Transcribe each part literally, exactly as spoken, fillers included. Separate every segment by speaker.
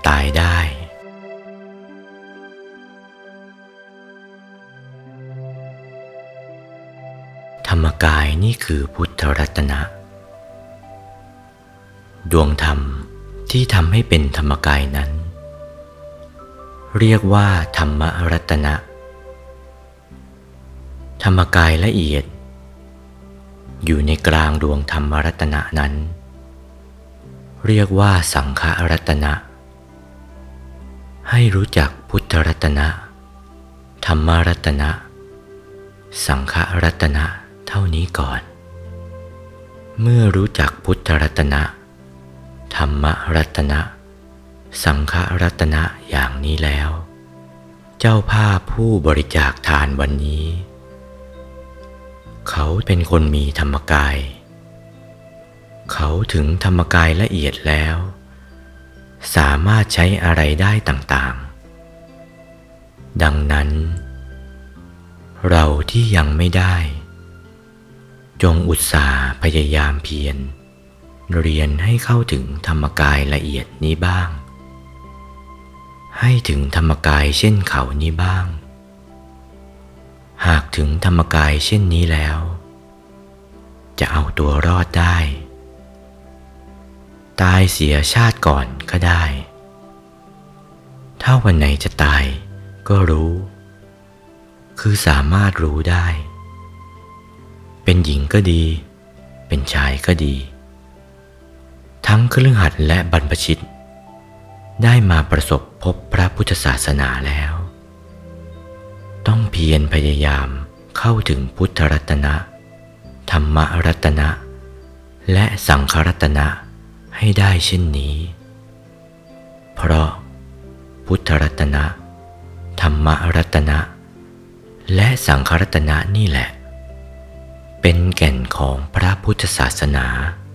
Speaker 1: ตายได้ธรรมกายนี่คือพุทธรัตนะดวงธรรมที่ทำให้เป็นธรรมกายนั้นเรียกว่าธรรมรัตนะธรรมกายละเอียดอยู่ในกลางดวงธรรมรัตนะนั้นเรียกว่าสังฆรัตนะให้รู้จักพุทธรัตนะธรรมรัตนะสังฆรัตนะเท่านี้ก่อนเมื่อรู้จักพุทธรัตนะธรรมรัตนะสังฆรัตนะอย่างนี้แล้วเจ้าภาพผู้บริจาคทานวันนี้เขาเป็นคนมีธรรมกายเขาถึงธรรมกายละเอียดแล้วสามารถใช้อะไรได้ต่างๆดังนั้นเราที่ยังไม่ได้จงอุตส่าห์พยายามเพียรเรียนให้เข้าถึงธรรมกายละเอียดนี้บ้างให้ถึงธรรมกายเช่นเขานี้บ้างหากถึงธรรมกายเช่นนี้แล้วจะเอาตัวรอดได้ตายเสียชาติก่อนก็ได้ถ้าวันไหนจะตายก็รู้คือสามารถรู้ได้เป็นหญิงก็ดีเป็นชายก็ดีทั้งคฤหัสถ์และบรรพชิตได้มาประสบพบพระพุทธศาสนาแล้วต้องเพียรพยายามเข้าถึงพุทธรัตนะธรรมรัตนะและสังฆรัตนะให้ได้เช่นนี้เพราะพุทธรัตนะธรรมรัตนะและสังฆรัตนะนี่แหละเป็นแก่นของพระพุทธศาสนา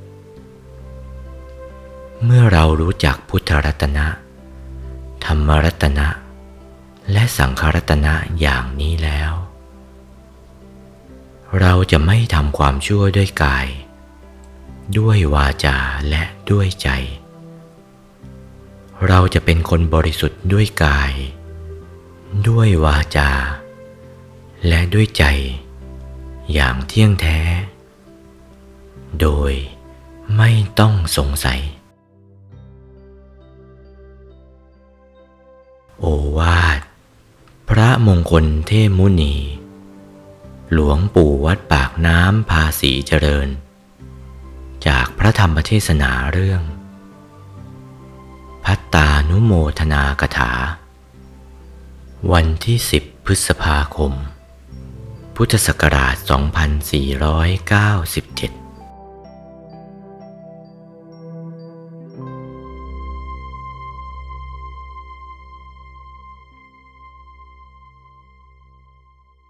Speaker 1: เมื่อเรารู้จักพุทธรัตนะธรรมรัตนะและสังฆรัตนะอย่างนี้แล้วเราจะไม่ทำความชั่วด้วยกายด้วยวาจาและด้วยใจเราจะเป็นคนบริสุทธิ์ด้วยกายด้วยวาจาและด้วยใจอย่างเที่ยงแท้โดยไม่ต้องสงสัยโอวาทพระมงคลเทพมุนีหลวงปู่วัดปากน้ำภาษีเจริญจากพระธรรมเทศนาเรื่องภัตตานุโมทนากถาวันที่สิบพฤษภาคมพุทธศักราชสองพันสี่ร้อยเก้าสิบเจ็ด